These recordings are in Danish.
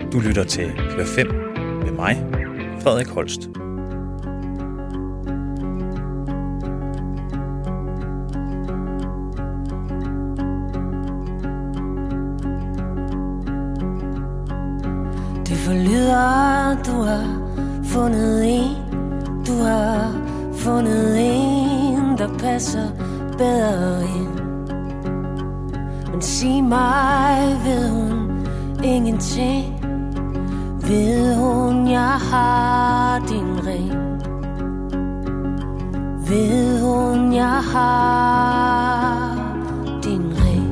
Du lytter til Klør 5 med mig, Frederik Holst. Det forlyder, du har fundet en. Du har fundet en, der passer bedre ind. Men sig mig, ved hun ingenting? Ved hun, jeg har din ring? Ved hun, jeg har din ring?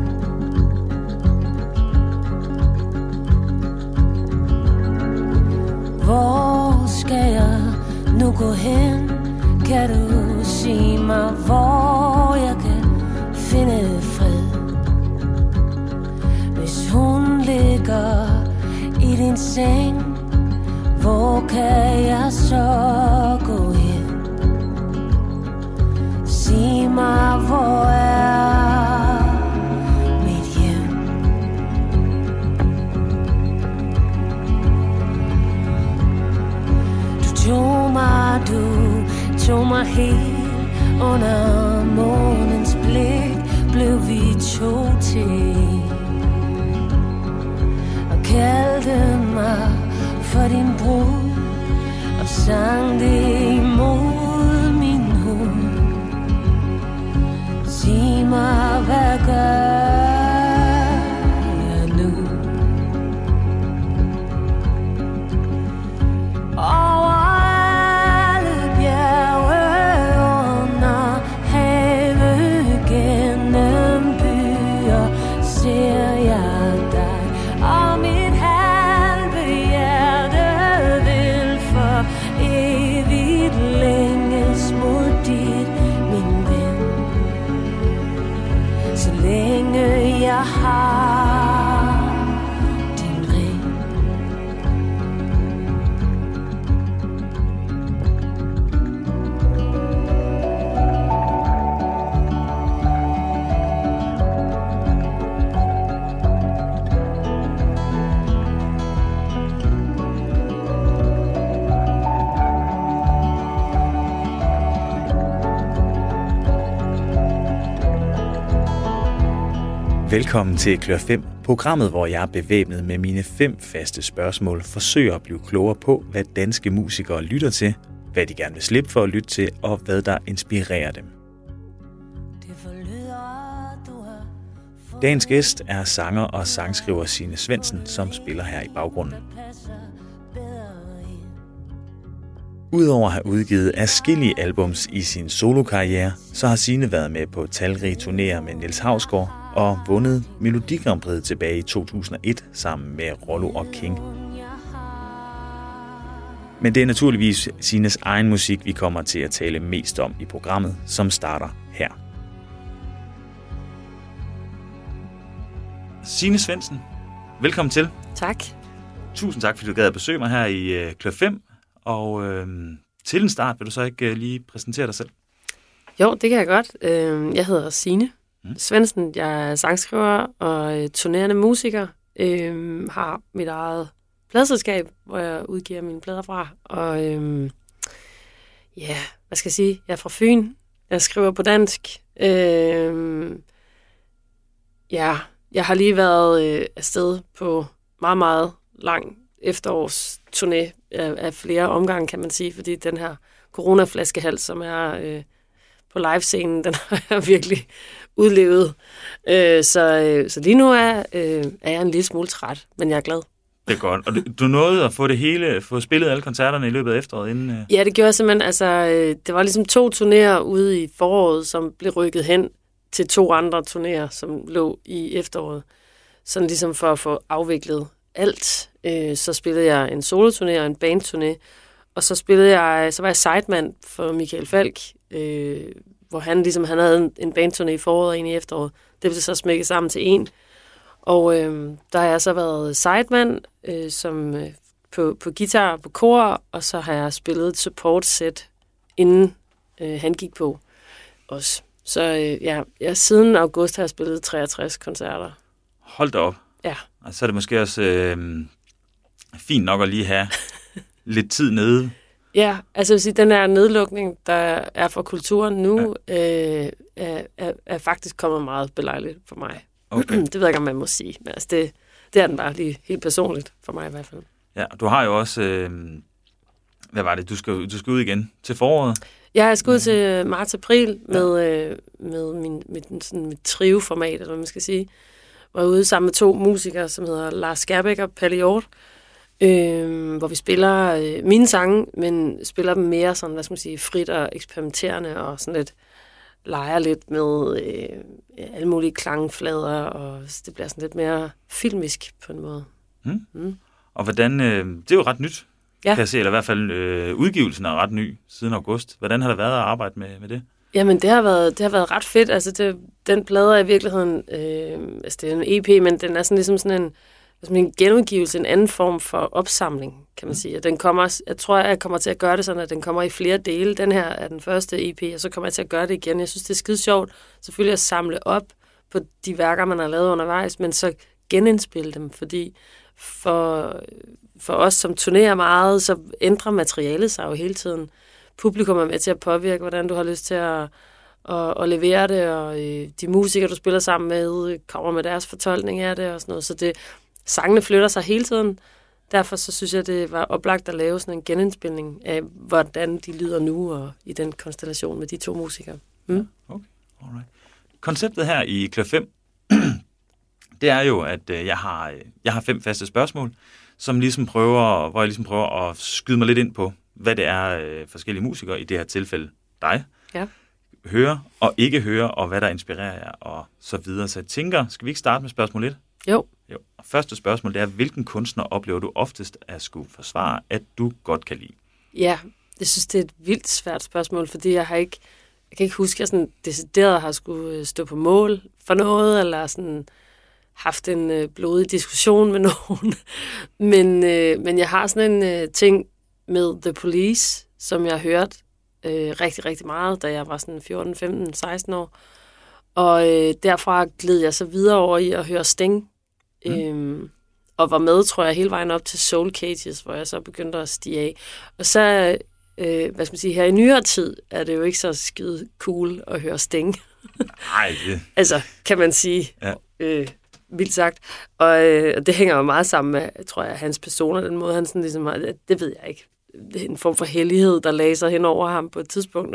Hvor skal jeg nu gå hen? Kan du sige mig, hvor jeg kan finde fred? Hvis hun ligger i din seng, hvor kan jeg så gå hen? Sig mig, hvor er mit hjem? Du tog mig helt under månens blik, blev vi to til og kaldte mig for din brud og sang det imod min hud. Sig mig, hvad gør jeg nu? Over alle bjerge, under have, gennem byer ser jeg dig, og mit halve hjerte vil for evigt længes mod dit, min ven. Så længe jeg har din ring. Velkommen til Klør 5, programmet, hvor jeg er bevæbnet med mine 5 faste spørgsmål, forsøger at blive klogere på, hvad danske musikere lytter til, hvad de gerne vil slippe for at lytte til, og hvad der inspirerer dem. Dagens gæst er sanger og sangskriver Signe Svendsen, som spiller her i baggrunden. Udover at have udgivet adskillige albums i sin solokarriere, så har Signe været med på talrige turnéer med Niels Hausgaard og vundet Melodi Grand Prix tilbage i 2001 sammen med Rollo og King. Men det er naturligvis Signes egen musik, vi kommer til at tale mest om i programmet, som starter her. Signe Svendsen, velkommen til. Tak. Tusind tak, fordi du gad at besøge mig her i Klør 5. Og til en start, vil du så ikke lige præsentere dig selv? Jo, det kan jeg godt. Jeg hedder Signe Svendsen. Jeg er sangskriver og turnerende musiker. Har mit eget pladeselskab, hvor jeg udgiver mine plader fra. Og hvad skal jeg sige? Jeg er fra Fyn. Jeg skriver på dansk. Jeg har lige været afsted på meget, meget lang efterårsturné af flere omgange, kan man sige, fordi den her coronaflaskehals, som er på livescenen, den har jeg virkelig udlevet. Så lige nu er jeg en lille smule træt, men jeg er glad. Det er godt. Og du nåede at få spillet alle koncerterne i løbet af efteråret inden? Ja, det gjorde jeg simpelthen. Altså, det var ligesom 2 turnéer ude i foråret, som blev rykket hen til 2 andre turnéer, som lå i efteråret. Sådan ligesom for at få afviklet alt. Så spillede jeg en soloturné og en bandturné, og så var jeg sideman for Michael Falk, hvor han havde en bandturné i foråret og en i efteråret. Det blev så smækket sammen til en. Og der har jeg så været sideman på guitar og på kor, og så har jeg spillet et support-set, inden han gik på også. Så jeg siden august har jeg spillet 63 koncerter. Hold da op. Ja. Og så er det måske også fint nok at lige have lidt tid nede. Ja, altså jeg vil sige, den her nedlukning, der er for kulturen nu, er faktisk kommet meget belejligt for mig. Okay. Det ved jeg ikke, om man må sige, men altså det er den bare lige helt personligt for mig i hvert fald. Ja, du har jo også, hvad var det, du skal ud igen til foråret? Ja, jeg skal ud til marts-april med mit trio-format, eller hvad man skal sige. Jeg var ude sammen med 2 musikere, som hedder Lars Skærbæk og Palle Hjort, hvor vi spiller mine sange, men spiller dem mere sådan, hvad skal man sige, frit og eksperimenterende, og sådan lidt leger lidt med alle mulige klangflader, og det bliver sådan lidt mere filmisk på en måde. Og hvordan, det er jo ret nyt, ja. Kan jeg se, eller i hvert fald udgivelsen er ret ny siden august. Hvordan har det været at arbejde med det? Jamen, det har været ret fedt. Altså, den plade er i virkeligheden, altså det er en EP, men den er sådan ligesom sådan en genudgivelse, en anden form for opsamling, kan man sige. Og den kommer, jeg tror, jeg kommer til at gøre det sådan, at den kommer i flere dele. Den her er den første EP, og så kommer jeg til at gøre det igen. Jeg synes, det er skide sjovt, selvfølgelig at samle op på de værker, man har lavet undervejs, men så genindspille dem, fordi for os, som turnerer meget, så ændrer materialet sig jo hele tiden. Publikum er med til at påvirke, hvordan du har lyst til at levere det, og de musikere, du spiller sammen med, kommer med deres fortolkning af det og sådan noget. Så sangene flytter sig hele tiden. Derfor så synes jeg, det var oplagt at lave sådan en genindspilning af, hvordan de lyder nu, og i den konstellation med de 2 musikere. Okay, alright. Konceptet her i Klør 5, det er jo, at jeg har 5 faste spørgsmål, hvor jeg ligesom prøver at skyde mig lidt ind på, hvad det er forskellige musikere, i det her tilfælde dig, høre og ikke høre, og hvad der inspirerer jer, og så videre. Så jeg tænker, skal vi ikke starte med spørgsmål 1? Jo. Og første spørgsmål, det er, hvilken kunstner oplever du oftest at skulle forsvare, at du godt kan lide? Ja, jeg synes, det er et vildt svært spørgsmål, fordi jeg kan ikke huske, at jeg sådan decideret har skulle stå på mål for noget, eller sådan haft en blodig diskussion med nogen. men jeg har sådan en ting med The Police, som jeg har hørt rigtig, rigtig meget, da jeg var sådan 14, 15, 16 år. Og derfra gled jeg så videre over i at høre Sting. Og var med, tror jeg, hele vejen op til Soul Cages, hvor jeg så begyndte at stige af. Og så, hvad skal man sige, her i nyere tid, er det jo ikke så skide cool at høre Sting. Nej, det... altså, kan man sige. Ja. Vildt sagt. Og det hænger jo meget sammen med, tror jeg, hans personer, den måde, han sådan ligesom har, det ved jeg ikke. Det er en form for hellighed, der lagde sig hen over ham på et tidspunkt.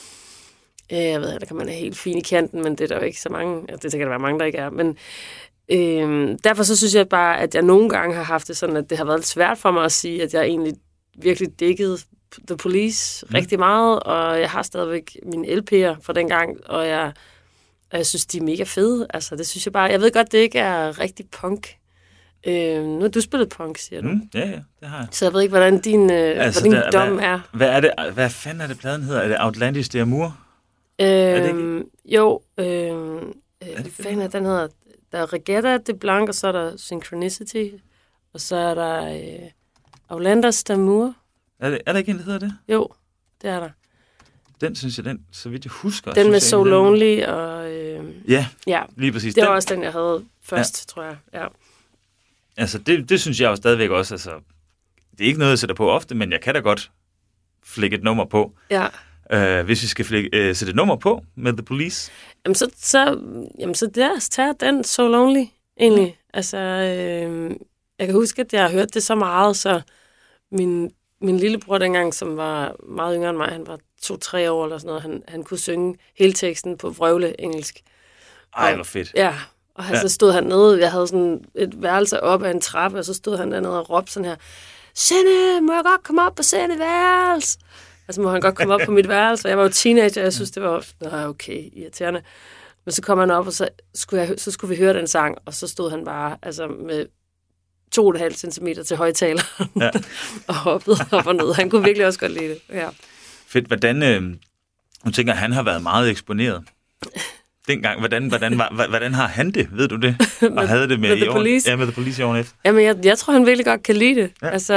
Jeg ved, der kan man have helt fin i kanten, men det er der jo ikke så mange. Altså, det kan der være mange, der ikke er. Men derfor så synes jeg bare, at jeg nogle gange har haft det sådan, at det har været lidt svært for mig at sige, at jeg egentlig virkelig dækkede The Police rigtig meget, og jeg har stadigvæk mine LP'er fra dengang, og jeg synes, de er mega fede. Altså, det synes jeg bare. Jeg ved godt, det ikke er rigtig punk. Nu har du spillet punk, siger du. Ja, det har jeg. Så jeg ved ikke, hvordan din dom er. Hvad er det? Hvad fanden er det, pladen hedder? Er det Outlandish D'Amour? Er det ikke? Jo. Hvad fanden er den hedder? Der er Regatta de Blanc, og så er der Synchronicity, og så er der Outlandish D'Amour. Er der ikke en, der hedder det? Jo, det er der. Den synes jeg, så vidt jeg husker. Den med So Lonely og... ja, lige præcis. Det var også den, jeg havde først, tror jeg. Ja. Altså, det synes jeg jo stadigvæk også. Altså, det er ikke noget, jeg sætter på ofte, men jeg kan da godt flække et nummer på. Ja. Hvis vi skal sætte et nummer på med The Police. Jamen, så tager den So Lonely, egentlig. Altså, jeg kan huske, at jeg har hørt det så meget, så min lillebror dengang, som var meget yngre end mig, han var 2-3 år eller sådan noget, han kunne synge hele teksten på vrøvle engelsk. Ej, hvor fedt. Ja, og så stod han nede, jeg havde sådan et værelse op ad en trappe, og så stod han dernede og råbte sådan her, Sende, må jeg godt komme op på Sende værelse? Altså må han godt komme op på mit værelse, og jeg var jo teenager, og jeg synes, det var okay, irriterende. Men så kom han op, og så skulle vi høre den sang, og så stod han bare altså med 2,5 centimeter til højtaleren og hoppede op og ned. Han kunne virkelig også godt lide det. Ja. Fedt. Hvordan, nu tænker han har været meget eksponeret dengang. Hvordan har han det? Ved du det? Og havde det med The Police? Ja, med The Police i årene efter. Jamen, jeg tror, han virkelig godt kan lide det. Ja. Altså,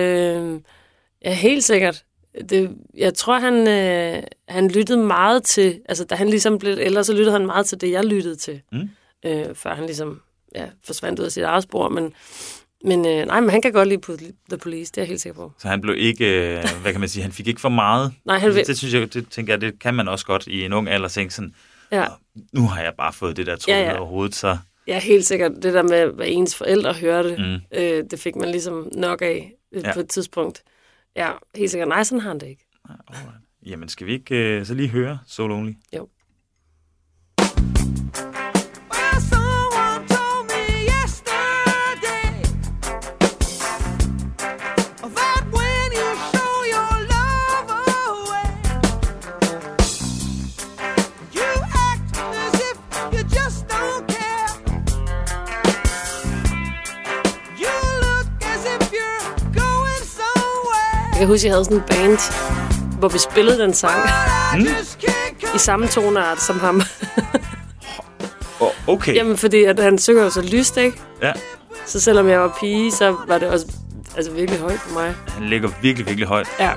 ja, helt sikkert. Jeg tror, han lyttede meget til, altså da han ligesom blev ældre, så lyttede han meget til det, jeg lyttede til. Før han ligesom forsvandt ud af sit eget spor. Men nej, men han kan godt lide The Police, det er jeg helt sikker på. Så han blev ikke, hvad kan man sige, han fik ikke for meget? Nej, det synes jeg, det tænker jeg, det kan man også godt i en ung alder tænke sådan, nu har jeg bare fået det der trukket over hovedet, så... Ja, helt sikkert. Det der med, hvad ens forældre hørte, det fik man ligesom nok af på et tidspunkt. Ja, helt sikkert. Nej, sådan har han det ikke. Alright. Jamen, skal vi ikke så lige høre So Lonely? Jo. Jeg kan huske, at jeg havde sådan en band, hvor vi spillede den sang i samme toneart som ham. Okay. Jamen, fordi at han synger jo så lyst, ikke? Ja. Så selvom jeg var pige, så var det også virkelig højt for mig. Han ligger virkelig, virkelig højt. Ja.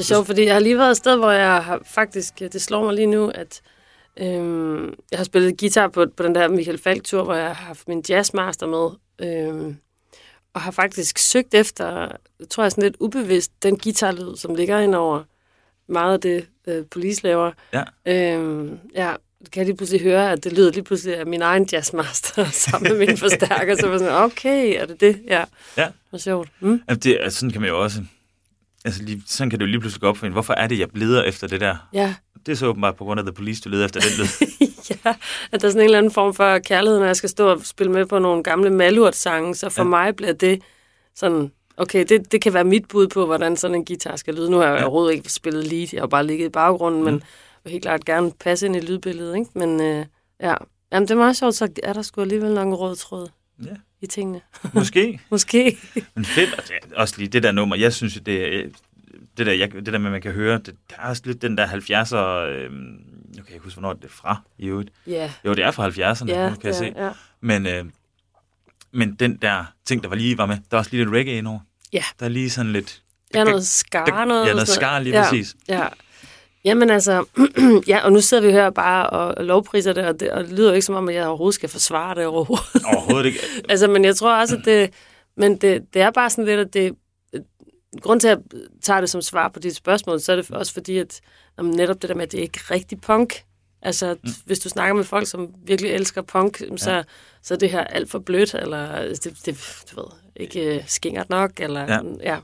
er sjovt, fordi jeg har lige været et sted, hvor jeg har faktisk, det slår mig lige nu, at jeg har spillet guitar på den der Michael Falch-tur, hvor jeg har haft min jazzmaster med, og har faktisk søgt efter, jeg tror jeg sådan lidt ubevidst, den guitarlyd, som ligger ind over meget af det, Police laver. Ja. Ja, kan jeg lige pludselig høre, at det lyder lige pludselig af min egen jazzmaster sammen med min forstærker, så var sådan, okay, er det det? Ja. Ja. Hvor sjovt. Mm. Altså, sådan kan man jo også, sådan kan det jo lige pludselig gå op for en. Hvorfor er det, jeg leder efter det der? Ja. Det er så åbenbart på grund af The Police, du leder efter den lyd. Ja, at der er sådan en eller anden form for kærlighed, når jeg skal stå og spille med på nogle gamle Malurt-sange, så for mig bliver det sådan, okay, det kan være mit bud på, hvordan sådan en guitar skal lyde. Nu har jeg overhovedet ikke spillet lead, jeg har bare ligget i baggrunden, men vil helt klart gerne passe ind i lydbilledet, ikke? Men ja, jamen, det er meget sjovt, så er der sgu alligevel nok en rød tråd i tingene. Måske. Måske. Men fedt, også lige det der nummer, jeg synes, det der med, man kan høre, der er også lidt den der 70'er, jeg kan ikke huske, hvornår det er fra, i øvrigt. Yeah. Jo, det er fra 70'erne, kan jeg se. Ja. Men den der ting, der lige var med, der er også lige lidt reggae indover. Ja. Der er lige sådan lidt... Ja, noget skar, noget skar, lige præcis. Ja. Jamen altså, ja, og nu sidder vi her bare og lovpriser det, og det lyder jo ikke som om, at jeg overhovedet skal forsvare det overhovedet. Overhovedet ikke. Altså, men jeg tror også, at det er bare sådan lidt, at det... Grunden til, at jeg tager det som svar på dit spørgsmål, så er det også fordi, at netop det der med, at det ikke er rigtig punk. Altså, hvis du snakker med folk, som virkelig elsker punk, så er det her alt for blødt, eller det du ved, ikke skingert nok, eller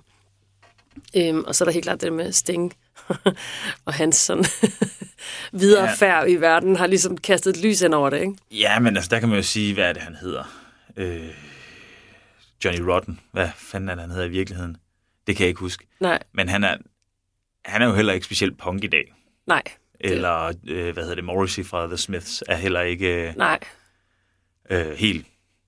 og så er der helt klart det med Sting, og hans sådan videre færd i verden har ligesom kastet et lys ind over det, ikke? Ja, men altså, der kan man jo sige, hvad er det, han hedder? Johnny Rotten. Hvad fanden er det, han hedder i virkeligheden? Det kan jeg ikke huske. Nej. Men han er jo heller ikke specielt punk i dag. Nej. Eller, Morrissey fra The Smiths er heller ikke helt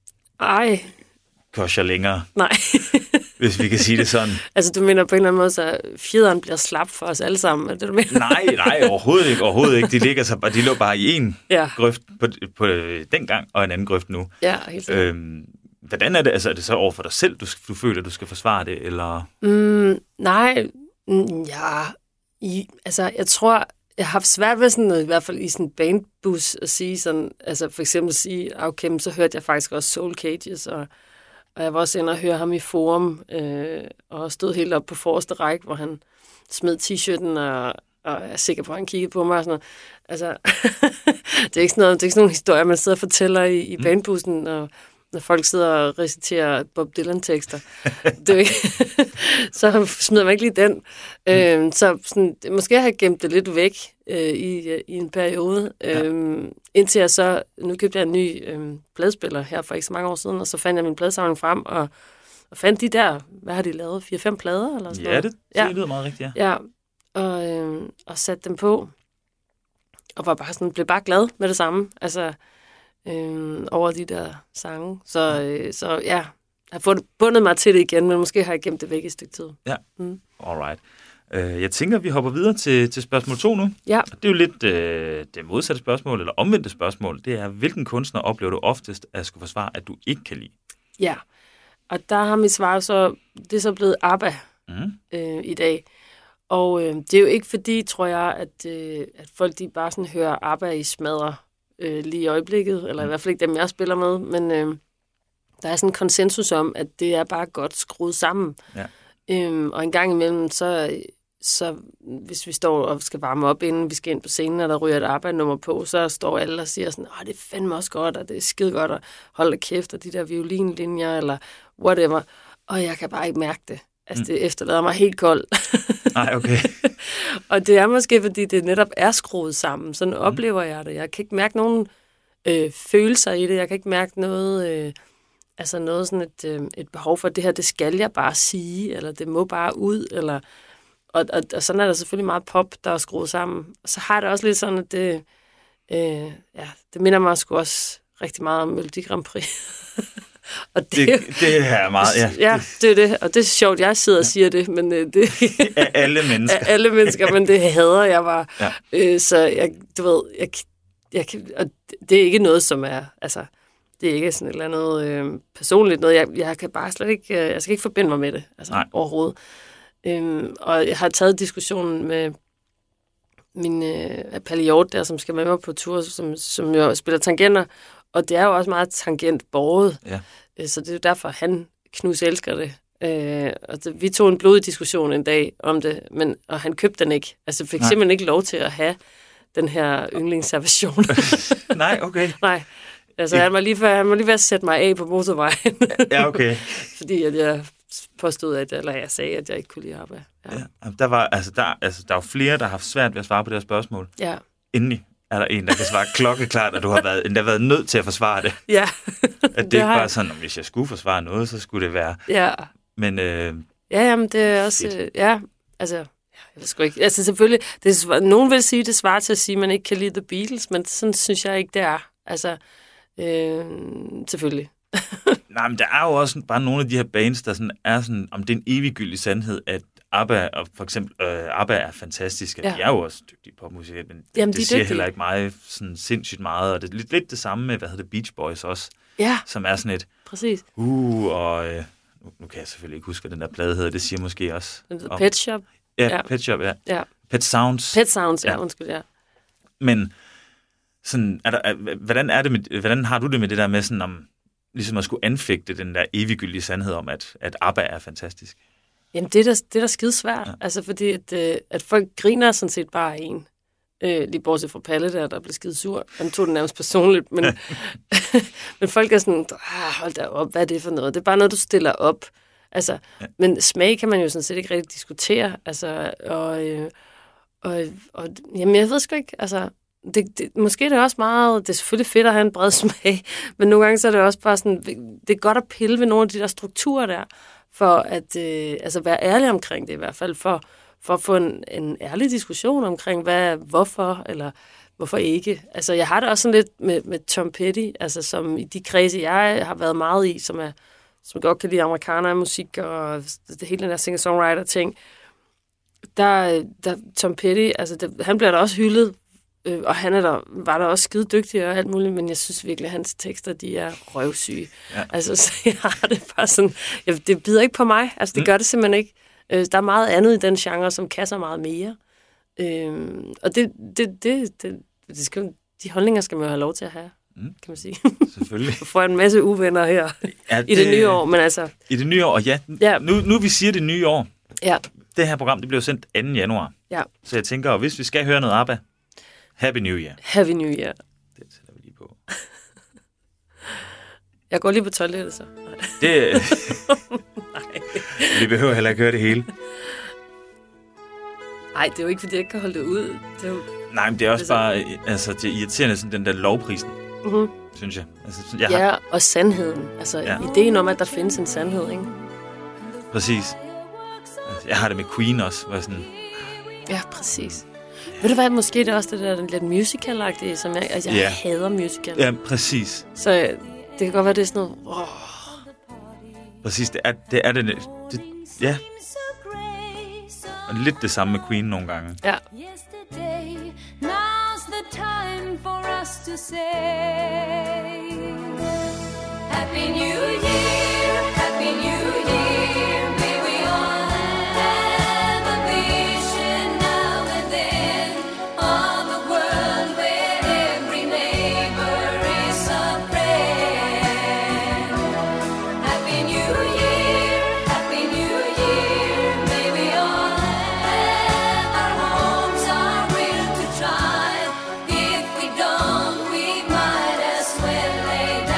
kosher længere. Nej. Hvis vi kan sige det sådan. Altså, du mener på en eller anden måde, så fjederen bliver slap for os alle sammen, er det du mener? Nej, overhovedet ikke. De lå bare i en grøft på den gang, og en anden grøft nu. Ja, helt sikkert. Hvordan er det? Altså, er det så over for dig selv, du føler, at du skal forsvare det, eller? Nej, altså, jeg tror, jeg har haft svært ved sådan noget, i hvert fald i sådan en bandbus, at sige sådan, altså for eksempel sige, okay, så hørte jeg faktisk også Soul Cages, og jeg var også inde og høre ham i Forum, og stod helt op på forreste række, hvor han smed t-shirten, og jeg er sikker på, at han kiggede på mig og sådan noget. Altså, det er ikke sådan nogle historier, man sidder og fortæller i bandbussen, og når folk sidder og reciterer Bob Dylan-tekster. Så smider man ikke lige den. Så sådan, måske har jeg gemt det lidt væk i en periode. Indtil jeg så... Nu købte jeg en ny pladespiller her for ikke så mange år siden, og så fandt jeg min pladesamling frem, og fandt de der... Hvad har de lavet? 4-5 plader? Eller sådan noget? Det lyder meget rigtigt, ja. Og satte dem på, og var bare sådan, blev bare glad med det samme. Altså... over de der sange. Så jeg har bundet mig til det igen, men måske har jeg gemt det væk i et stykke tid. Ja, alright. Jeg tænker, at vi hopper videre til spørgsmål 2 nu. Ja. Det er jo lidt det modsatte spørgsmål, eller omvendte spørgsmål. Det er, hvilken kunstner oplever du oftest at skulle forsvare, at du ikke kan lide? Ja, og der har mit svar så, det er så blevet ABBA i dag. Og det er jo ikke fordi, tror jeg, at folk de bare sådan hører ABBA i smadre lige i øjeblikket, eller i hvert fald ikke dem, jeg spiller med, men der er sådan en konsensus om, at det er bare godt skruet sammen. Ja. Og en gang imellem, så hvis vi står og skal varme op, inden vi skal ind på scenen, og der ryger et arbejdenummer på, så står alle og siger sådan, det er fandme også godt, og det er skide godt, og hold da kæft, og de der violinlinjer, eller whatever. Og jeg kan bare ikke mærke det. Altså, det efterlader mig helt kold. Nej, okay. Og det er måske, fordi det netop er skruet sammen. Sådan oplever jeg det. Jeg kan ikke mærke nogen følelser i det. Jeg kan ikke mærke noget, noget sådan et behov for, at det her, det skal jeg bare sige, eller det må bare ud, eller... Og sådan er der selvfølgelig meget pop, der er skruet sammen. Og så har det også lidt sådan, at det minder mig sgu også rigtig meget om Melodi Grand Prix. Og det er meget, ja. Det er det, og det er sjovt, jeg sidder og siger det, men det af alle mennesker. Af alle mennesker, men det hader jeg bare. Ja. Så og det er ikke noget, som er, altså, det er ikke sådan et eller andet personligt noget. Jeg kan bare slet ikke, jeg skal ikke forbinde mig med det, altså overhovedet. Og jeg har taget diskussionen med min Palle Hjort der, som skal med mig på tur, som jo spiller tangenter, og det er jo også meget tangentbåret. Ja. Så det er jo derfor, han elsker det. Og vi tog en blodig diskussion en dag om det, og han købte den ikke. Altså fik simpelthen ikke lov til at have den her yndlingsservation. Nej, okay. Nej. Altså han var lige ved at sætte mig af på motorvejen. Ja, okay. Fordi at jeg påstod, jeg sagde, at jeg ikke kunne lide ABBA. Ja. Ja, der er jo flere, der har haft svært ved at svare på det her spørgsmål. Ja. Endelig er der en, der kan svare klokkeklart, at du har været nødt til at forsvare det. Ja. At det ikke bare sådan, at hvis jeg skulle forsvare noget, så skulle det være. Ja. Men jamen det er også altså jeg ved sgu ikke. Altså selvfølgelig, nogen vil sige, det svarer til at sige, at man ikke kan lide The Beatles, men sådan synes jeg ikke, det er. Altså selvfølgelig. Nej, men der er jo også bare nogle af de her bands, der sådan er sådan, om det er en eviggyldig sandhed, at ABBA, og for eksempel ABBA er fantastiske. Ja. De er jo også dygtige popmusikere, men det siger heller ikke mig sådan sindssygt meget. Og det er lidt det samme med, Beach Boys også, som er sådan et... Præcis. Og nu kan jeg selvfølgelig ikke huske, hvad den der plade hedder. Det siger måske også... Pet Shop. Ja, Pet Shop, ja. Pet Sounds. Pet Sounds, ja, undskyld, ja. Men sådan, hvordan har du det med det der med sådan om... ligesom at skulle anfægte den der eviggyldige sandhed om, at ABBA er fantastisk? Jamen, det er da skide svært. Ja. Altså, fordi at folk griner sådan set bare af en. Lige bortset fra Palle der blev skide sur. Han tog det nærmest personligt. Men, men folk er sådan, hold da op, hvad er det for noget? Det er bare noget, du stiller op. Altså, men smag kan man jo sådan set ikke rigtig diskutere. Altså, og jamen, jeg ved sgu ikke, altså... Måske er det også meget, det er selvfølgelig fedt at have en bred smag, men nogle gange så er det også bare sådan, det er godt at pille ved nogle af de der strukturer der, for at være ærlig omkring det i hvert fald, for at få en ærlig diskussion omkring, hvorfor eller hvorfor ikke. Altså jeg har det også sådan lidt med Tom Petty, altså som i de kredse, jeg har været meget i, som godt kan lide amerikaner musik og det hele den der singer-songwriter-ting, der Tom Petty, altså han bliver da også hyldet, og han var der også skide dygtig og alt muligt, men jeg synes virkelig, at hans tekster, de er røvsyge. Ja. Altså, så jeg har det bare sådan, det bider ikke på mig. Altså, det gør det simpelthen ikke. Der er meget andet i den genre, som kasser meget mere. Og de holdninger skal man jo have lov til at have, kan man sige. Selvfølgelig. Du får en masse uvenner her i det nye år, men altså... I det nye år, og nu vi siger det nye år. Ja. Det her program, det blev sendt 2. januar. Ja. Så jeg tænker, hvis vi skal høre noget ABBA, Happy New Year. Happy New Year. Det sætter vi lige på. Jeg går lige på toilettet, så. Det... Nej. Vi behøver heller ikke høre det hele. Nej, det er jo ikke, fordi jeg ikke kan holde det ud. Det er jo... Nej, men det er også bare... Altså, det er irriterende, sådan den der lovprisen, synes jeg. Altså, og sandheden. Altså, ideen om, at der findes en sandhed, ikke? Præcis. Altså, jeg har det med Queen også, hvor sådan... Ja, præcis. Ved du hvad, måske det er også det der lidt musical-agtige, som jeg hader musical. Ja, præcis. Så det kan godt være, det er sådan noget... Præcis, det er det. Ja. Og lidt det samme med Queen nogle gange. Ja. Now's the time for us to say Happy New Year, Happy New Year. May we all have a vision now and then of a world where every neighbor is a friend. Happy New Year, Happy New Year. May we all have our homes, our will to try. If we don't, we might as well lay down.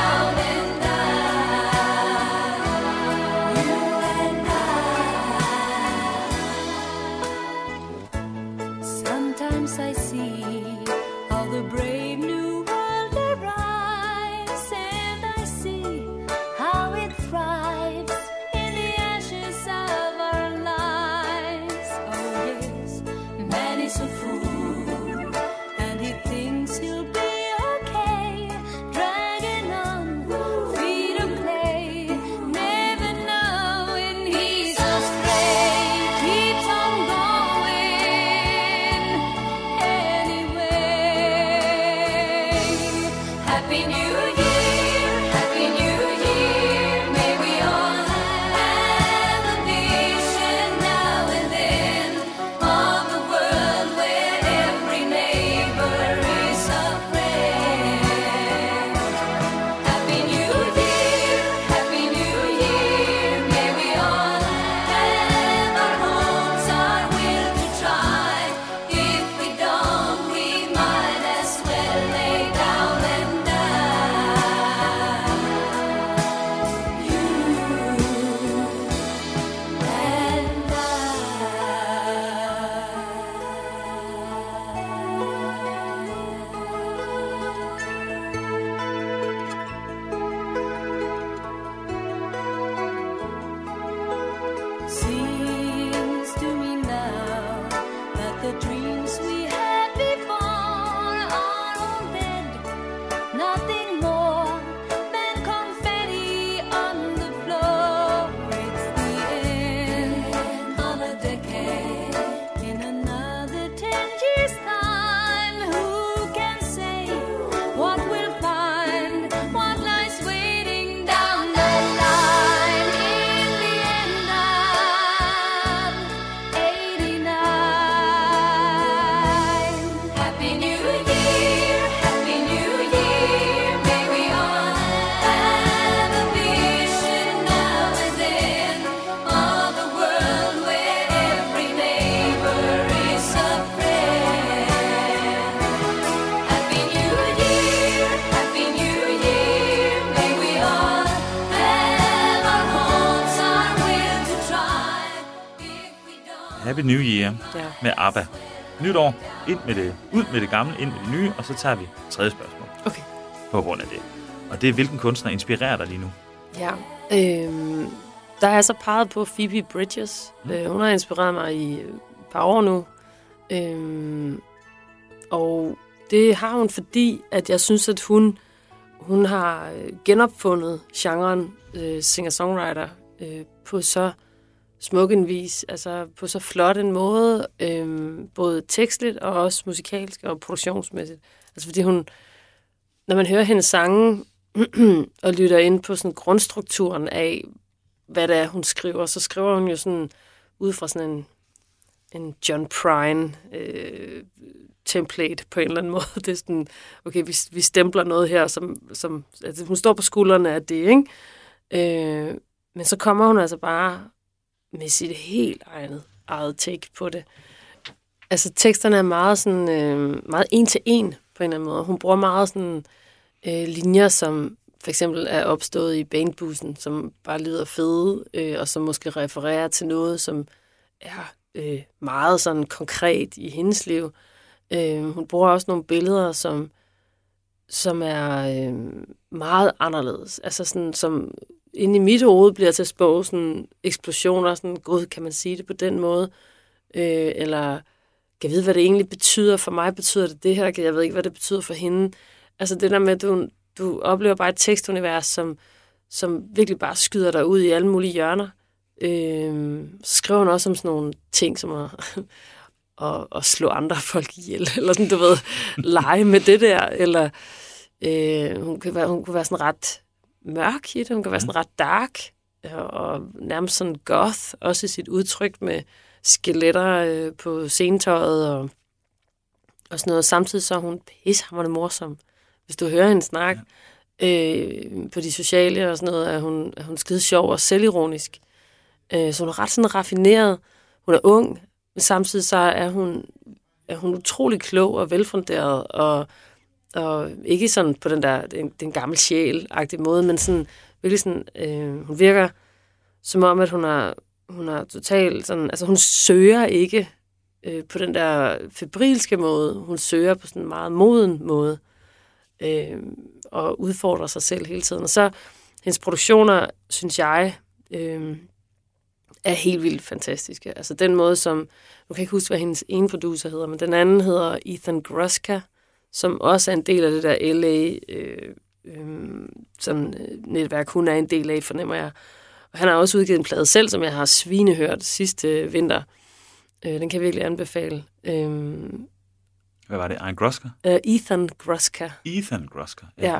Happy New Year Ja. med ABBA. Nytår, ud med det gamle, ind med det nye, og så tager vi tredje spørgsmål. Okay. På grund af det. Og det er, hvilken kunstner inspirerer dig lige nu? Ja, der er så peget på Phoebe Bridgers. Hun har inspireret mig i et par år nu. Og det har hun, fordi at jeg synes, at hun har genopfundet genren singer-songwriter på så smuk en vis, altså på så flot en måde, både tekstligt og også musikalsk og produktionsmæssigt. Altså fordi hun, når man hører hendes sange og lytter ind på sådan grundstrukturen af, hvad det er, hun skriver, så skriver hun jo sådan ud fra sådan en John Prine template på en eller anden måde. Det er sådan, okay, vi stempler noget her, som altså, hun står på skuldrene af det, ikke? Men så kommer hun altså bare med sit helt eget take på det. Altså, teksterne er meget sådan, meget en til en på en eller anden måde. Hun bruger meget sådan linjer, som for eksempel er opstået i bandbussen, som bare lyder fede, og som måske refererer til noget, som er meget sådan konkret i hendes liv. Hun bruger også nogle billeder, som er meget anderledes. Altså sådan, som inde i mit hoved bliver til spå, sådan eksplosioner, sådan, gud, kan man sige det på den måde? Eller, kan jeg vide, hvad det egentlig betyder? For mig betyder det her, jeg ved ikke, hvad det betyder for hende. Altså det der med, at du oplever bare et tekstunivers, som virkelig bare skyder dig ud i alle mulige hjørner. Så skriver hun også om sådan nogle ting, som at slå andre folk ihjel, eller sådan, du ved, lege med det der, eller hun kunne være sådan ret mørk i det, hun kan være sådan ret dark, og nærmest sådan goth, også i sit udtryk med skeletter på scenetøjet, og sådan noget. Samtidig så er hun pissehamrende morsom. Hvis du hører hende snakke på de sociale og sådan noget, er hun skide sjov og selvironisk. Så hun er ret sådan raffineret. Hun er ung, men samtidig så er hun utrolig klog og velfunderet, og ikke sådan på den gamle sjæl-agtige måde, men sådan virkelig sådan, hun virker som om, at hun har totalt sådan, altså hun søger ikke på den der febrilske måde, hun søger på sådan en meget moden måde, og udfordrer sig selv hele tiden. Og så hendes produktioner, synes jeg, er helt vildt fantastiske. Altså den måde, som, nu kan jeg ikke huske, hvad hendes ene producer hedder, men den anden hedder Ethan Gruska, som også er en del af det der LA sådan netværk, hun er en del af, fornemmer jeg. Og han har også udgivet en plade selv, som jeg har svinehørt sidste vinter. Den kan jeg virkelig anbefale. Hvad var det? Ethan Gruska? Ethan Gruska. Ethan Gruska, ja.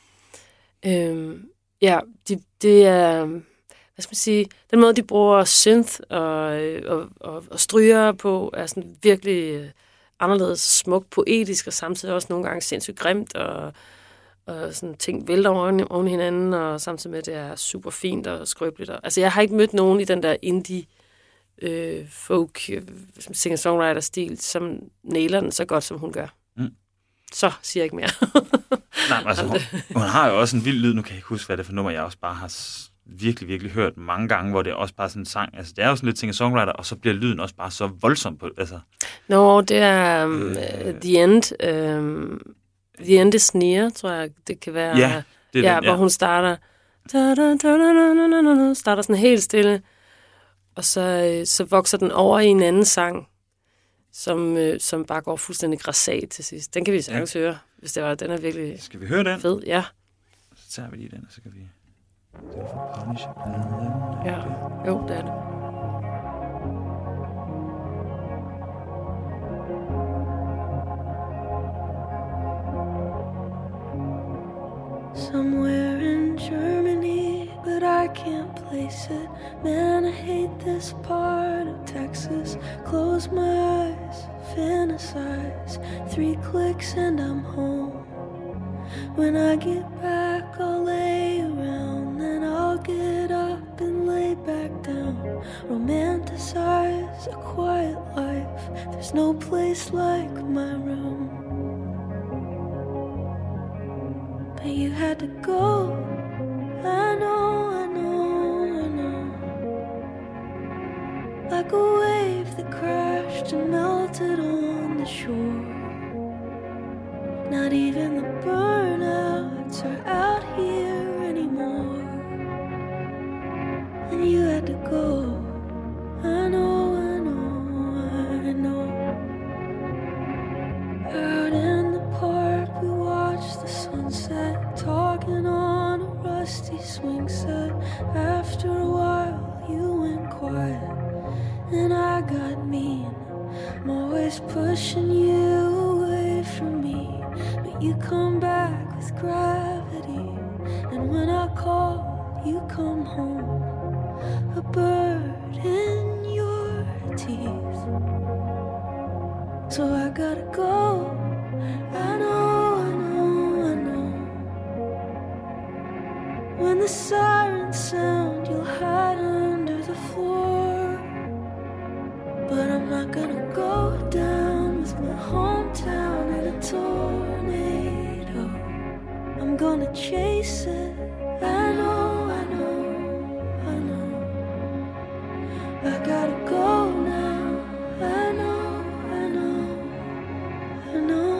Ja, det er, hvad skal man sige, den måde, de bruger synth og stryger på, er sådan virkelig anderledes smukt, poetisk, og samtidig også nogle gange sindssygt grimt, og sådan ting vælter oven hinanden, og samtidig med, at det er super fint og skrøbeligt. Altså, jeg har ikke mødt nogen i den der indie folk singer-songwriter-stil, som nailer den så godt, som hun gør. Så siger jeg ikke mere. Nej, altså, hun har jo også en vild lyd. Nu kan jeg ikke huske, hvad det er for nummer, jeg også bare har virkelig, virkelig hørt mange gange, hvor det er også bare sådan en sang. Altså, det er jo sådan lidt singer-songwriter, og så bliver lyden også bare så voldsom på, altså. Nå, det er The End. The End is Near, tror jeg, det kan være. Ja, det er den, hvor hun starter sådan helt stille, og så vokser den over i en anden sang, som bare går fuldstændig grassat til sidst. Den kan vi sagtens høre, hvis det var. Den er virkelig Skal vi høre den? fed, ja. Så tager vi lige den, og så kan vi... Det er for Punish. Ja, jo, det er det. Somewhere in Germany, but I can't place it. Man, I hate this part of Texas. Close my eyes, fantasize. 3 clicks and I'm home. When I get back, I'll lay around. Then I'll get up and lay back down. Romanticize a quiet life. There's no place like my room. But you had to go. I know, I know, I know. Like a wave that that crashed and melted on the shore. Not even the burnouts are out here anymore. And you had to go. I know, I know, I know. Out in the park we watched the sunset, talking on a rusty swing set. After a while you went quiet and I got mean. I'm always pushing you away from me, but you come back with gravity. And when I call, you come home, a bird in your teeth. So I gotta go. I know, I know, I know. When the sirens sound, you'll hide under the floor. But I'm not gonna go down with my hometown in a tornado. I'm gonna chase it. I know, I know, I know. I gotta go now. I know, I know, I know.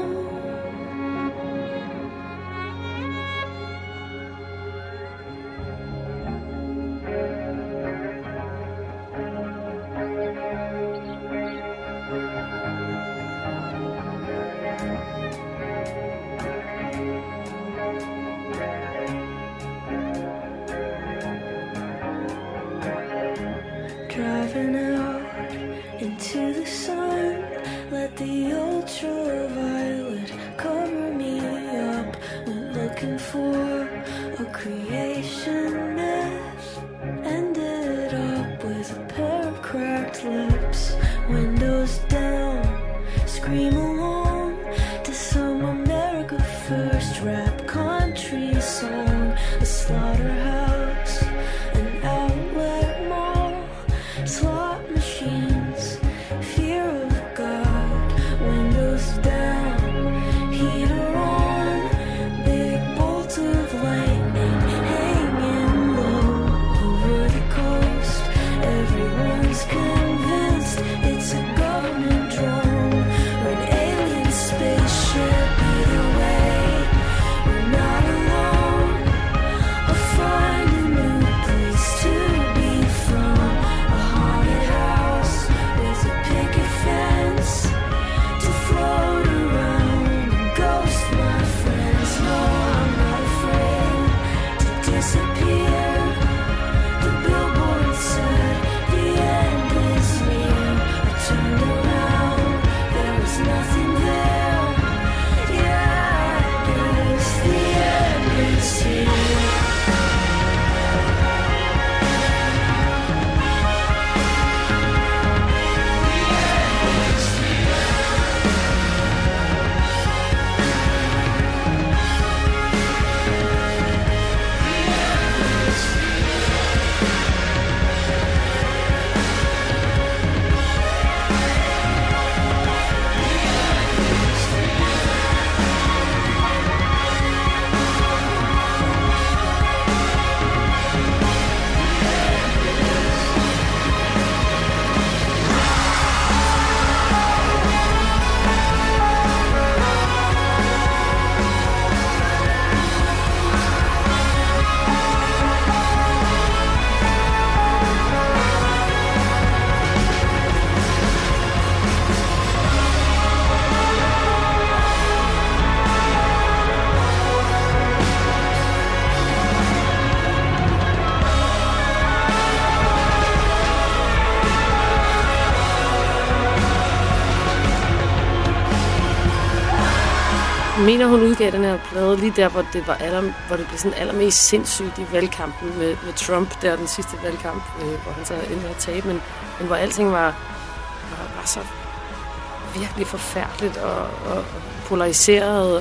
Driving out into the sun, let the ultraviolet cover me up. Went looking for a creation myth, ended up with a pair of cracked lips. Windows down, scream along to some America First rap country song. A slaughterhouse, an outlet mall, slot machines, fear of God. Windows down, heater on, big bolt of lightning hanging low over the coast. Everyone's convinced it's a government drone or an alien spaceship. Either way, we're not alone. I'll find a new place to be from. A haunted house with a picket fence to float around and ghost my friends. No, I'm not afraid to disappear. The billboard said the end is near. I turned around, there was nothing there. Yeah, I guess the end is here. Jeg mener, hun udgav den her plade lige der, hvor det blev sådan allermest sindssygt i valgkampen med Trump, der den sidste valgkamp, hvor han så endte med at tabe, men hvor alting var så virkelig forfærdeligt og polariseret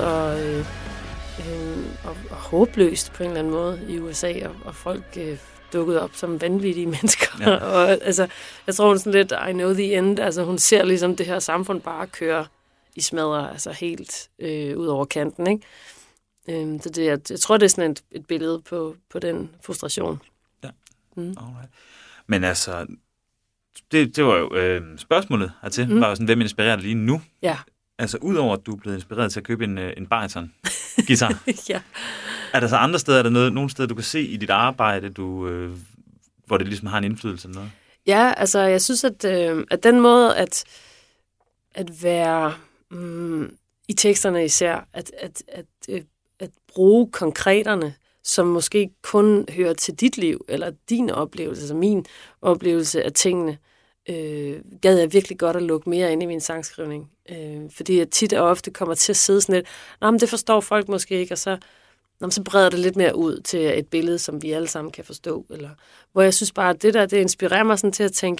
og håbløst på en eller anden måde i USA, og folk dukkede op som vanvittige mennesker. Ja. Og altså, jeg tror hun sådan lidt, I know the end, altså hun ser ligesom det her samfund bare køre i smadre, altså helt ud over kanten, ikke? Så jeg tror, det er sådan et billede på den frustration. Ja, alright. Men altså, det var jo spørgsmålet hertil, var jo sådan, hvem inspirerer dig lige nu? Ja. Altså, udover at du er blevet inspireret til at købe en bariton-guitar, Ja. er der så andre steder, er der nogle steder, du kan se i dit arbejde, hvor det ligesom har en indflydelse eller noget? Ja, altså jeg synes, at den måde at være i teksterne især, at bruge konkreterne, som måske kun hører til dit liv, eller din oplevelse, altså min oplevelse af tingene, gad jeg virkelig godt at lukke mere ind i min sangskrivning. Fordi jeg tit og ofte kommer til at sidde sådan lidt, men det forstår folk måske ikke, og så breder det lidt mere ud til et billede, som vi alle sammen kan forstå. Eller, hvor jeg synes bare, at det inspirerer mig sådan til at tænke,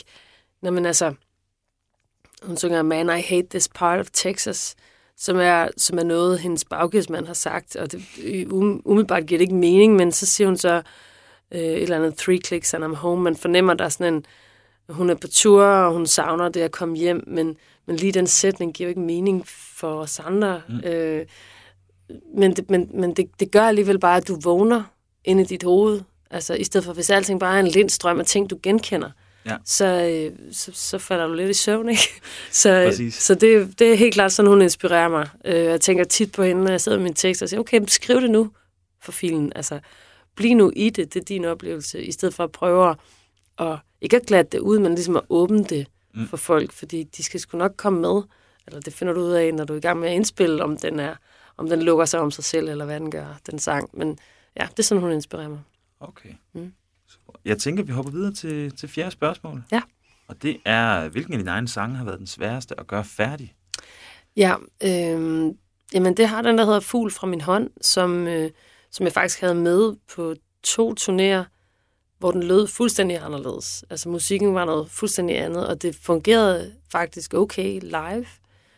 hun synger, Man, I hate this part of Texas, som er noget, hendes baggidsmand har sagt, og det umiddelbart giver det ikke mening, men så siger hun så et eller andet 3 clicks and I'm home. Man fornemmer, der er sådan hun er på tur, og hun savner det at komme hjem, men lige den sætning giver jo ikke mening for os andre. Men det gør alligevel bare, at du vågner inde i dit hoved. Altså i stedet for, hvis alting bare er en lindstrøm af ting, du genkender, så falder du lidt i søvn, ikke? Så det er helt klart sådan, hun inspirerer mig. Jeg tænker tit på hende, når jeg sidder med min tekst og siger, okay, skriv det nu for filen. Altså, bliv nu i det er din oplevelse, i stedet for at prøve at ikke at glatte det ud, men ligesom at åbne det for folk, fordi de skal sgu nok komme med, eller det finder du ud af, når du er i gang med at indspille, om den lukker sig om sig selv, eller hvad den gør, den sang. Men ja, det er sådan, hun inspirerer mig. Okay. Jeg tænker, vi hopper videre til fjerde spørgsmål. Ja. Og det er, hvilken af dine egne sange har været den sværeste at gøre færdig? Ja, jamen det har den, der hedder Fugl fra min hånd, som jeg faktisk havde med på 2 turnéer, hvor den lød fuldstændig anderledes. Altså musikken var noget fuldstændig andet, og det fungerede faktisk okay live.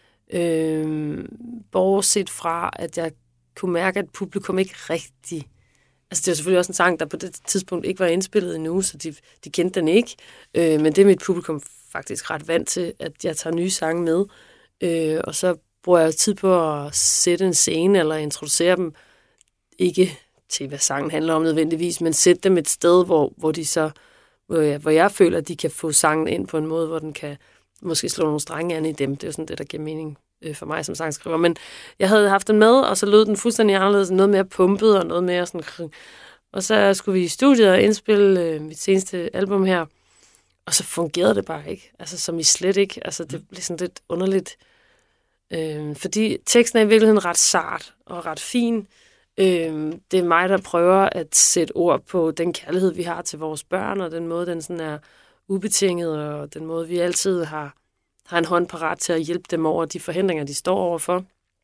Bortset fra, at jeg kunne mærke, at publikum ikke rigtig... Altså det var selvfølgelig også en sang, der på det tidspunkt ikke var indspillet endnu, så de kendte den ikke. Men det er mit publikum faktisk ret vant til, at jeg tager nye sange med. Og så bruger jeg tid på at sætte en scene eller introducere dem. Ikke til, hvad sangen handler om nødvendigvis, men sætte dem et sted, hvor jeg føler, at de kan få sangen ind på en måde, hvor den kan måske slå nogle strenge an i dem. Det er jo sådan det, der giver mening for mig som sangskriver. Men jeg havde haft den med, og så lød den fuldstændig anderledes, noget mere pumpet og noget mere sådan... Og så skulle vi i studiet og indspille mit seneste album her, og så fungerede det bare ikke. Altså som i slet ikke. Altså det blev sådan lidt underligt. Fordi teksten er i virkeligheden ret sart og ret fin. Det er mig, der prøver at sætte ord på den kærlighed, vi har til vores børn, og den måde, den sådan er ubetinget, og den måde, vi altid har en hånd parat til at hjælpe dem over de forhindringer, de står overfor.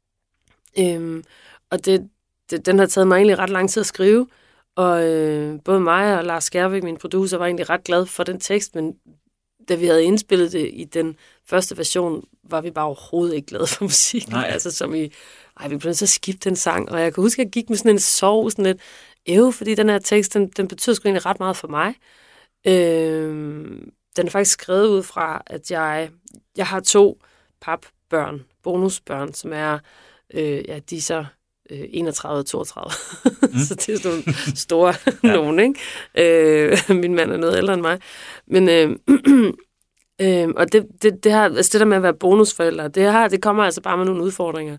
Og den har taget mig egentlig ret lang tid at skrive, og både mig og Lars Skærvik, min producer, var egentlig ret glad for den tekst, men da vi havde indspillet det i den første version, var vi bare overhovedet ikke glade for musikken. Nej. Altså som i, vi blev nødt til at skifte den sang, og jeg kan huske, at jeg gik med sådan en sorg, sådan lidt, fordi den her tekst, den betyder sgu egentlig ret meget for mig. Den er faktisk skrevet ud fra, at jeg har 2 papbørn, bonusbørn, som er, de er så 31 og 32. Så det er sådan nogle store nogen, ikke? Min mand er noget ældre end mig. Men, og det har, altså det der med at være bonusforældre, det kommer altså bare med nogle udfordringer.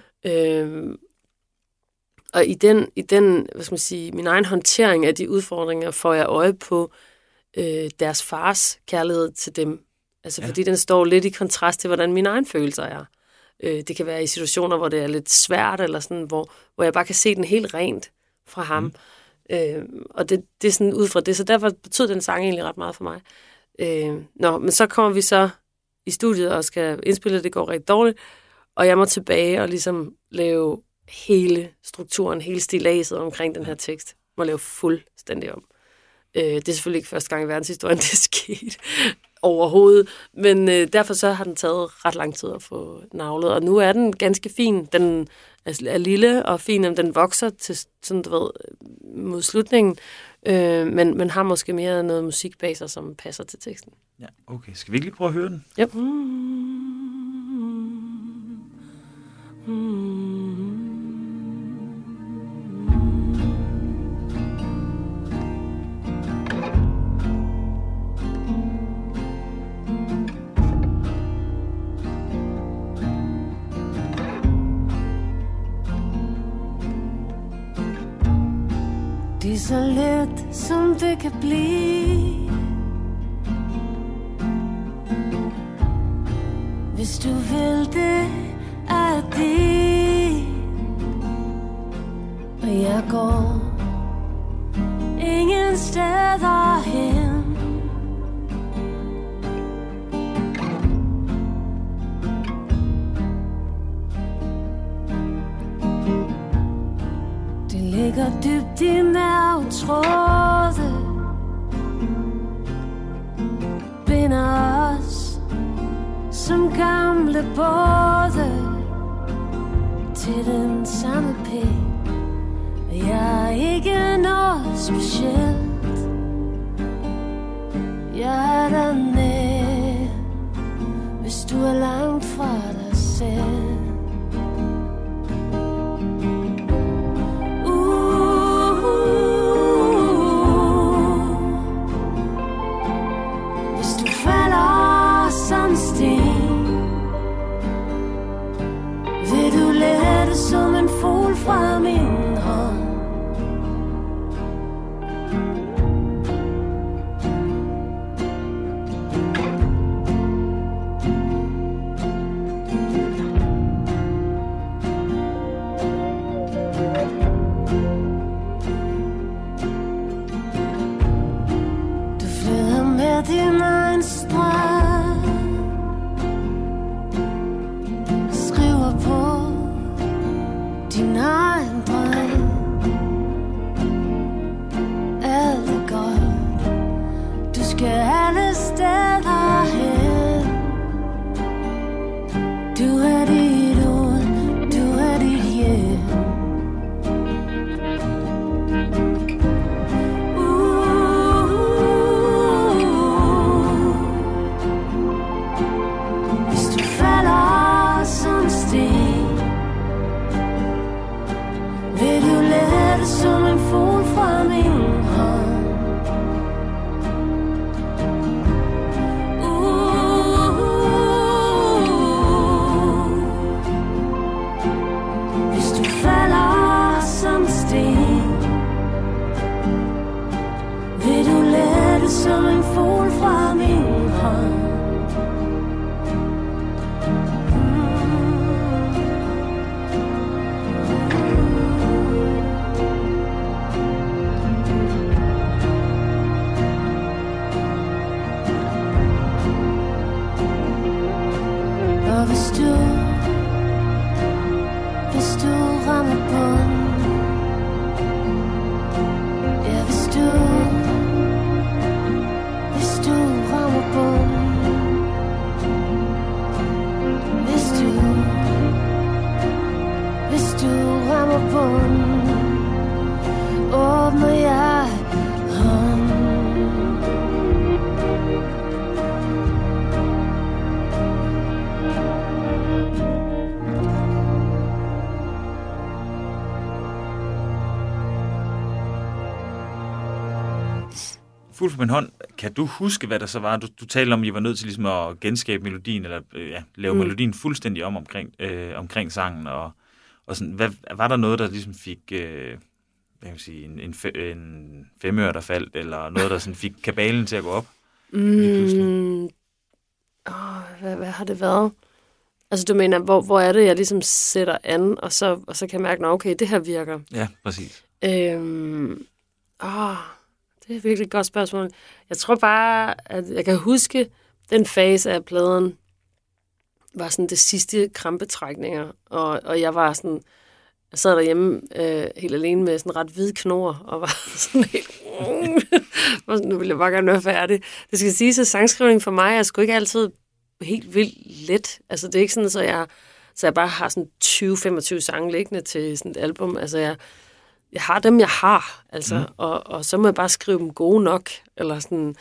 Og i den, hvad skal man sige, min egen håndtering af de udfordringer, får jeg øje på deres fars kærlighed til dem. Altså fordi den står lidt i kontrast til, hvordan mine egne følelser er. Det kan være i situationer, hvor det er lidt svært, eller sådan, hvor jeg bare kan se den helt rent fra ham. Og det er sådan ud fra det, så derfor betød den sang egentlig ret meget for mig. Men så kommer vi så i studiet og skal indspille, det går rigtig dårligt, og jeg må tilbage og ligesom lave hele strukturen, hele stiladset omkring den her tekst. Må lave fuldstændig om. Det er selvfølgelig ikke første gang i verdenshistorien, det er sket overhovedet, men derfor så har den taget ret lang tid at få navlet, og nu er den ganske fin. Den er lille og fin, men den vokser til sådan, du ved, mod slutningen, men har måske mere noget musik bag sig, som passer til teksten. Ja, okay. Skal vi ikke lige prøve at høre den? Yep. let som det kan blive. Hvis du vil det, er det. Og jeg går ingen steder hen. Det ligger dybt i nervetråde, binder os som gamle både til den samme pæk. Jeg er ikke noget specielt. Jeg er dernede, hvis du er langt fra dig selv. Hvis du falder som sten, vil du lette som en fugl fra min hånd. Din egen streg, skriver på din egen drøm. Alt er godt, du skal alle steder hen. Du er dit ud, du er dit hjem. Som en fugl fra min hånd. Hvis du falder som sten, vil du lette som en fugl fra min hånd. Hvis du rammer bund, ja, hvis du rammer bund, hvis du rammer bund, åbner jeg hånden. Fugl fra min hånd. Kan du huske, hvad der så var? Du talte om, at I var nødt til ligesom at genskabe melodien, eller lave melodien fuldstændig omkring sangen, og sådan. Hvad, var der noget, der ligesom fik hvad kan man sige, en femøre, der faldt, eller noget, der sådan fik kabalen til at gå op? Hvad har det været? Altså, du mener, hvor er det, jeg ligesom sætter an, og så kan jeg mærke, okay, det her virker. Ja, præcis. Det er virkelig et godt spørgsmål. Jeg tror bare, at jeg kan huske, den fase af pladen var sådan det sidste krampetrækninger, og jeg var sådan, jeg sad derhjemme helt alene med sådan ret hvide knor, og var sådan helt, nu ville jeg bare gerne være færdig. Det skal sige, at sangskrivning for mig er sgu ikke altid helt vildt let. Altså, det er ikke sådan, så jeg bare har sådan 20-25 sange liggende til sådan et album. Altså, jeg har dem, jeg har, altså, og så må jeg bare skrive dem gode nok, eller sådan.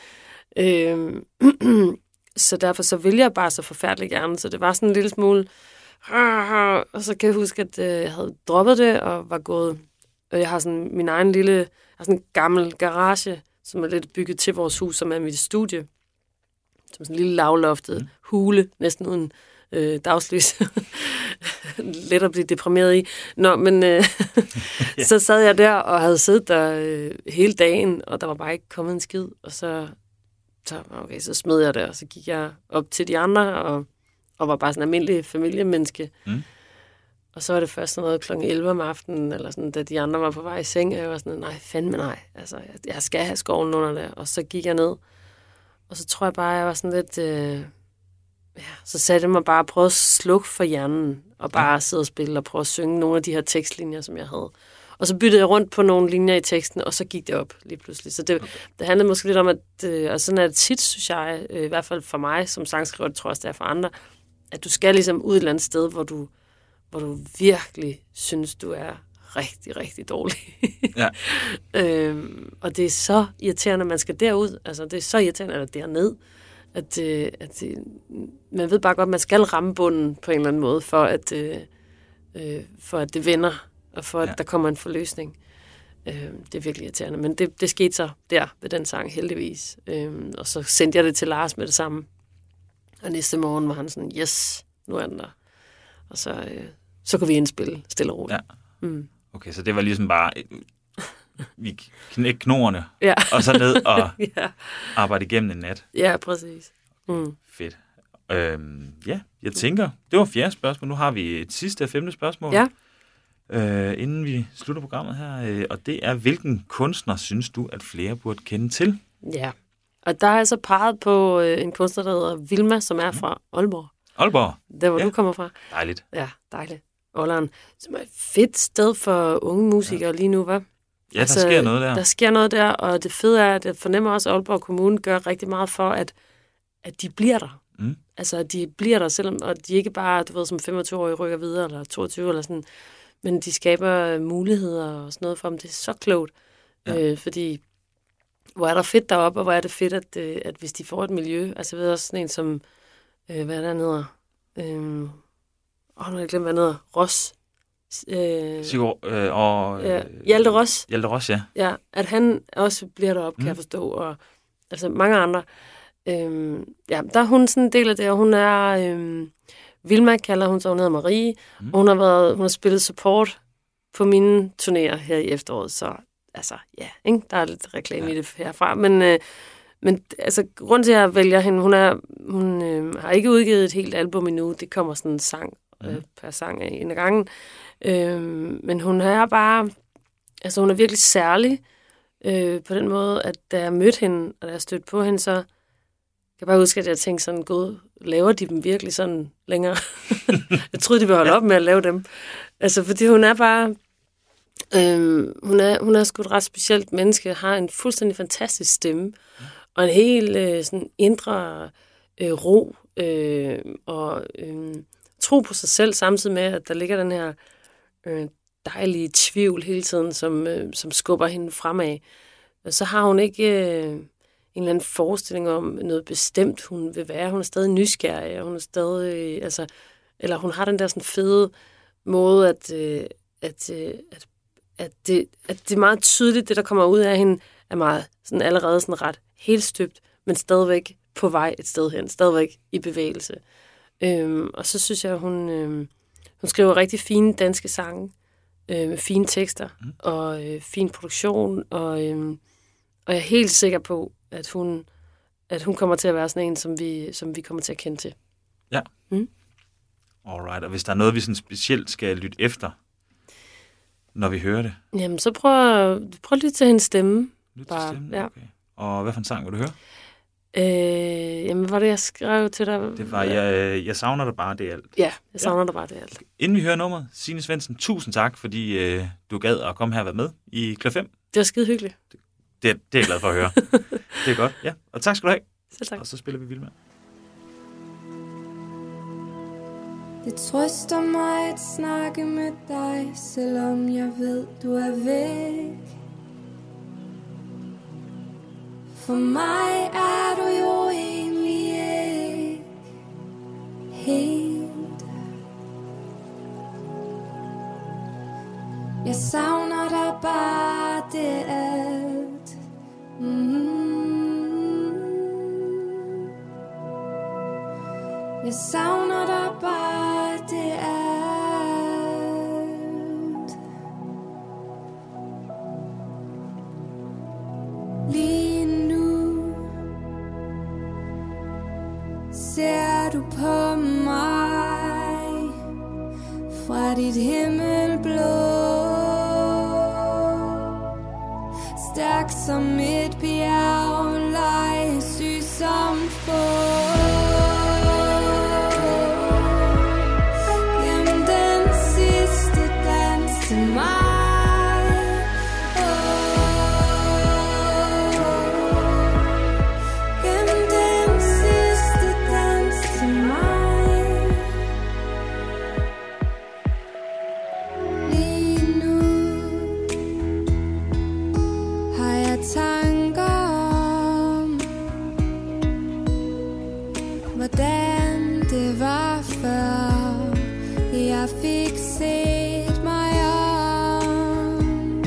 Så derfor så vil jeg bare så forfærdeligt gerne, så det var sådan en lille smule, og så kan jeg huske, at jeg havde droppet det, og var gået, og jeg har sådan min egen lille, jeg har sådan en gammel garage, som er lidt bygget til vores hus, som er mit studie, som sådan en lille lavloftet hule, næsten uden dagslys. Let at blive deprimeret i. Nå, men så sad jeg der og havde siddet der hele dagen, og der var bare ikke kommet en skid. Og så smed jeg det, og så gik jeg op til de andre, og var bare sådan en almindelig familiemenneske. Og så var det først sådan noget kl. 11 om aftenen, eller sådan, da de andre var på vej i seng, og jeg var sådan, nej, fandme nej. Altså, jeg skal have skoven under det. Og så gik jeg ned, og så tror jeg bare, jeg var sådan lidt... så satte jeg mig bare og prøvede at slukke for hjernen, og bare sidde og spille og prøve at synge nogle af de her tekstlinjer, som jeg havde. Og så byttede jeg rundt på nogle linjer i teksten, og så gik det op lige pludselig. Så det handlede måske lidt om, at og sådan er det tit, synes jeg, i hvert fald for mig som sangskriver, det tror jeg også, det er for andre, at du skal ligesom ud et eller andet sted, hvor du virkelig synes, du er rigtig, rigtig dårlig. Ja. Og det er så irriterende, at man skal derud. Altså, det er så irriterende, eller derned. At man ved bare godt, at man skal ramme bunden på en eller anden måde, for at det vender, og for at der kommer en forløsning. Det er virkelig irriterende. Men det skete så der ved den sang, heldigvis. Og så sendte jeg det til Lars med det samme. Og næste morgen var han sådan, yes, nu er den der. Og så kunne vi indspille stille og roligt. Ja. Okay, så det var ligesom bare... Vi knække knoerne, og så ned og arbejde igennem en nat. Ja, præcis. Fedt. Jeg tænker, det var 4. spørgsmål. Nu har vi et sidste 5. spørgsmål, inden vi slutter programmet her. Og det er, hvilken kunstner synes du, at flere burde kende til? Ja, og der har jeg så peget på en kunstner, der hedder Vilma, som er fra Aalborg. Aalborg? Der, hvor du kommer fra. Dejligt. Ja, dejligt. Aalborg, som er et fedt sted for unge musikere lige nu, hva'? Ja, der sker noget der. Der sker noget der, og det fede er, at jeg fornemmer også, at Aalborg Kommune gør rigtig meget for, at de bliver der. Altså, at de bliver der, selvom og de ikke bare, du ved, som 25-årige rykker videre, eller 22 eller sådan, men de skaber muligheder og sådan noget for dem. Det er så klogt, fordi hvor er der fedt deroppe, og hvor er det fedt, at hvis de får et miljø, altså jeg ved også sådan en som, hvad er der hedder? Nu har jeg glemt, hvad hedder. Ross. Hjalte Ross. Hjalte Ross, ja. Ja, at han også bliver deroppe, kan jeg forstå, og altså mange andre. Der er hun sådan en del af det, og hun er, Vilma kalder hun så, hun hedder Marie, og hun har spillet support på mine turnéer her i efteråret, så altså, ikke? Der er lidt reklame i det herfra, men altså, grund til, at jeg vælger hende, hun har ikke udgivet et helt album endnu, det kommer sådan en sang per sang en af gangen, men hun er bare, altså hun er virkelig særlig på den måde, at da jeg mødte hende, og da jeg stødte på hende, så kan jeg bare huske, at jeg tænkte sådan, gud, laver de dem virkelig sådan længere? Jeg troede, de ville holde op med at lave dem. Altså, fordi hun er bare, hun er sgu et ret specielt menneske, har en fuldstændig fantastisk stemme, og en helt sådan indre ro, og tro på sig selv, samtidig med, at der ligger den her dejlige tvivl hele tiden, som skubber hende fremad. Og så har hun ikke en eller anden forestilling om noget bestemt, hun vil være. Hun er stadig nysgerrig, og hun er stadig, eller hun har den der sådan fede måde, at det er meget tydeligt, det der kommer ud af hende, er meget sådan allerede sådan ret helt støbt, men stadigvæk på vej et sted hen, stadigvæk i bevægelse. Og så synes jeg, hun skriver rigtig fine danske sange, med fine tekster og fin produktion, og jeg er helt sikker på, at hun kommer til at være sådan en, som vi kommer til at kende til. Ja. Alright, og hvis der er noget, vi sådan specielt skal lytte efter, når vi hører det? Jamen, så prøv at lytte til hendes stemme. Lytte til stemmen? Ja. Okay. Og hvad for en sang vil du høre? Jamen, var det, jeg skrev til dig? Det var, jeg savner dig bare, det alt. Ja, jeg savner dig bare, det alt. Inden vi hører nummeret, Signe Svendsen, tusind tak, fordi du gad at komme her og være med i Klør 5. Det var skide hyggeligt. Det er jeg glad for at høre. Det er godt, ja. Og tak skal du have. Selv tak. Og så spiller vi Vilma. Det trøster mig at snakke med dig, selvom jeg ved, du er væk. For mig er du jo egentlig ikke helt. Jeg savner dig bare, det er alt. Jeg savner dig bare det alt. Lige nu ser du på mig fra dit himmelblå, stærk som et bjerg, legesyg som få. Gennem den sidste dans til mig, gennem den sidste dans til mig. Lige nu har jeg tanker om, hvordan det var før jeg fik set mig om.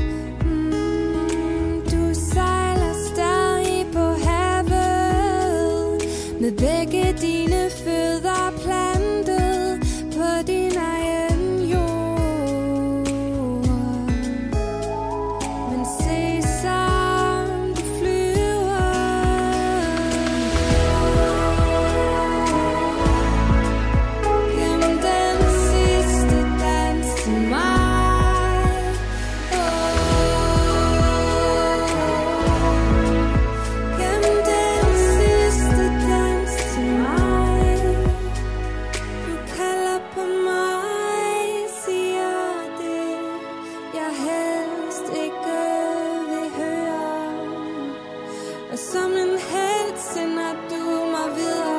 Du sejler stadig på havet med begge dine fødder plantet på din egen jord. Men se som du flyver gennem den sidste dans til mig, gennem den sidste dans til mig. Du kalder på mig, siger det jeg helst ikke vil høre, og som en helt sender du mig videre